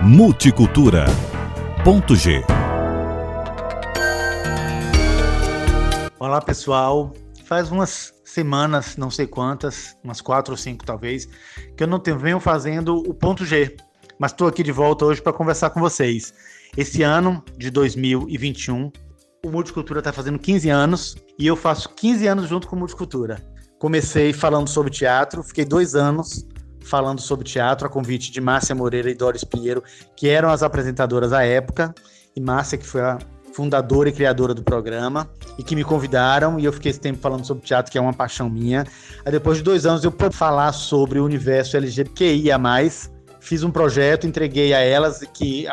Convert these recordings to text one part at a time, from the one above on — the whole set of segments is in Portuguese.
Multicultura. Ponto G. Olá, pessoal. Faz umas semanas, não sei quantas, umas 4 ou 5 talvez, que eu não venho fazendo o Ponto G, mas estou aqui de volta hoje para conversar com vocês. Esse ano de 2021, o Multicultura está fazendo 15 anos e eu faço 15 anos junto com o Multicultura. Comecei falando sobre teatro, fiquei 2 anos falando sobre teatro, a convite de Márcia Moreira e Doris Pinheiro, que eram as apresentadoras à época, e Márcia, que foi a fundadora e criadora do programa, e que me convidaram, e eu fiquei esse tempo falando sobre teatro, que é uma paixão minha. Aí depois de 2 anos eu pude falar sobre o universo LGBTQIA+, fiz um projeto, entreguei a elas, que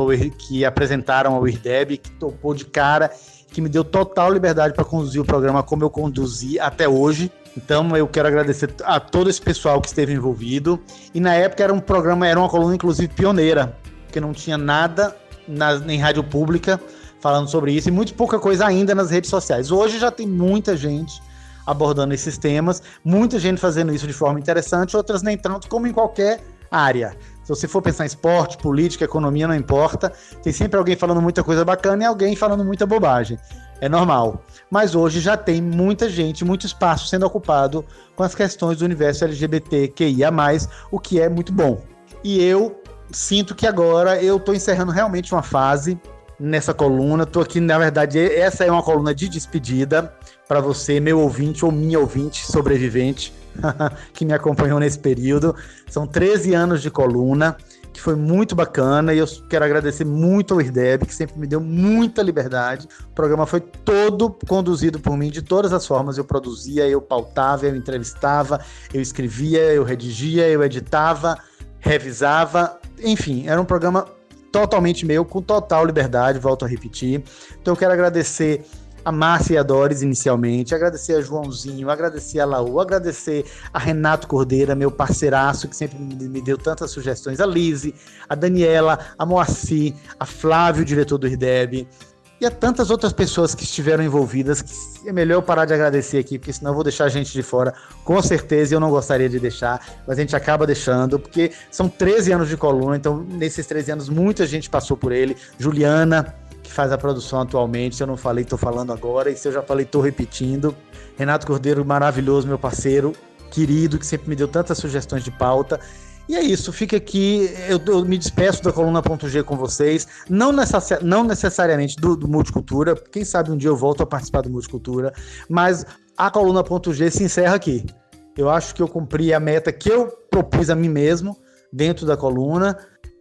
apresentaram ao IRDEB, que topou de cara, que me deu total liberdade para conduzir o programa como eu conduzi até hoje. Então eu quero agradecer a todo esse pessoal que esteve envolvido. E na época era uma coluna inclusive pioneira, porque não tinha nada em rádio pública falando sobre isso, e muito pouca coisa ainda nas redes sociais. Hoje já tem muita gente abordando esses temas, muita gente fazendo isso de forma interessante, outras nem tanto, como em qualquer área. Se você for pensar em esporte, política, economia, não importa, tem sempre alguém falando muita coisa bacana e alguém falando muita bobagem. É normal. Mas hoje já tem muita gente, muito espaço sendo ocupado com as questões do universo LGBTQIA+, o que é muito bom. E eu sinto que agora eu estou encerrando realmente uma fase nessa coluna. Estou aqui, na verdade, essa é uma coluna de despedida para você, meu ouvinte ou minha ouvinte sobrevivente, que me acompanhou nesse período. São 13 anos de coluna, que foi muito bacana, e eu quero agradecer muito ao IRDEB, que sempre me deu muita liberdade. O programa foi todo conduzido por mim, de todas as formas. Eu produzia, eu pautava, eu entrevistava, eu escrevia, eu redigia, eu editava, revisava, enfim, era um programa totalmente meu, com total liberdade, volto a repetir. Então eu quero agradecer a Márcia e a Doris inicialmente, agradecer a Joãozinho, agradecer a Laú, agradecer a Renato Cordeira, meu parceiraço, que sempre me deu tantas sugestões, a Lise, a Daniela, a Moacir, a Flávio, diretor do IRDEB, e a tantas outras pessoas que estiveram envolvidas, que é melhor eu parar de agradecer aqui, porque senão eu vou deixar a gente de fora, com certeza, e eu não gostaria de deixar, mas a gente acaba deixando, porque são 13 anos de coluna, então nesses 13 anos muita gente passou por ele. Juliana, que faz a produção atualmente, se eu não falei, estou falando agora, e se eu já falei, estou repetindo. Renato Cordeiro, maravilhoso, meu parceiro, querido, que sempre me deu tantas sugestões de pauta. E é isso, fica aqui, eu me despeço da coluna Ponto G com vocês, não necessariamente do Multicultura, quem sabe um dia eu volto a participar do Multicultura, mas a coluna Ponto G se encerra aqui. Eu acho que eu cumpri a meta que eu propus a mim mesmo dentro da coluna,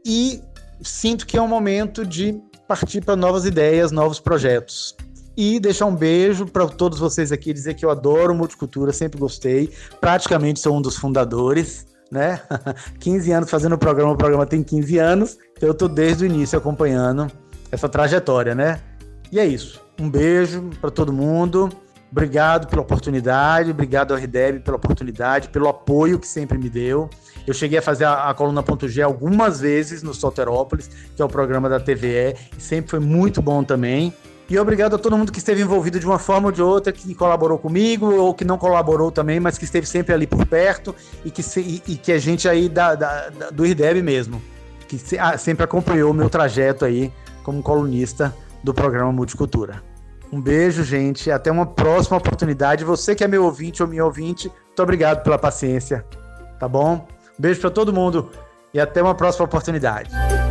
e sinto que é um momento de partir para novas ideias, novos projetos. E deixar um beijo para todos vocês aqui, dizer que eu adoro Multicultura, sempre gostei, praticamente sou um dos fundadores, né? 15 anos fazendo o programa tem 15 anos, então eu tô desde o início acompanhando essa trajetória, né? E é isso, um beijo para todo mundo, obrigado pela oportunidade, obrigado ao RDEB pela oportunidade, pelo apoio que sempre me deu. Eu cheguei a fazer a coluna Ponto G algumas vezes no Soterópolis, que é o programa da TVE, e sempre foi muito bom também. E obrigado a todo mundo que esteve envolvido de uma forma ou de outra, que colaborou comigo, ou que não colaborou também, mas que esteve sempre ali por perto, e que a gente aí do IRDEB mesmo, que sempre acompanhou o meu trajeto aí como colunista do programa Multicultura. Um beijo, gente, até uma próxima oportunidade. Você que é meu ouvinte ou minha ouvinte, muito obrigado pela paciência, tá bom? Beijo para todo mundo e até uma próxima oportunidade.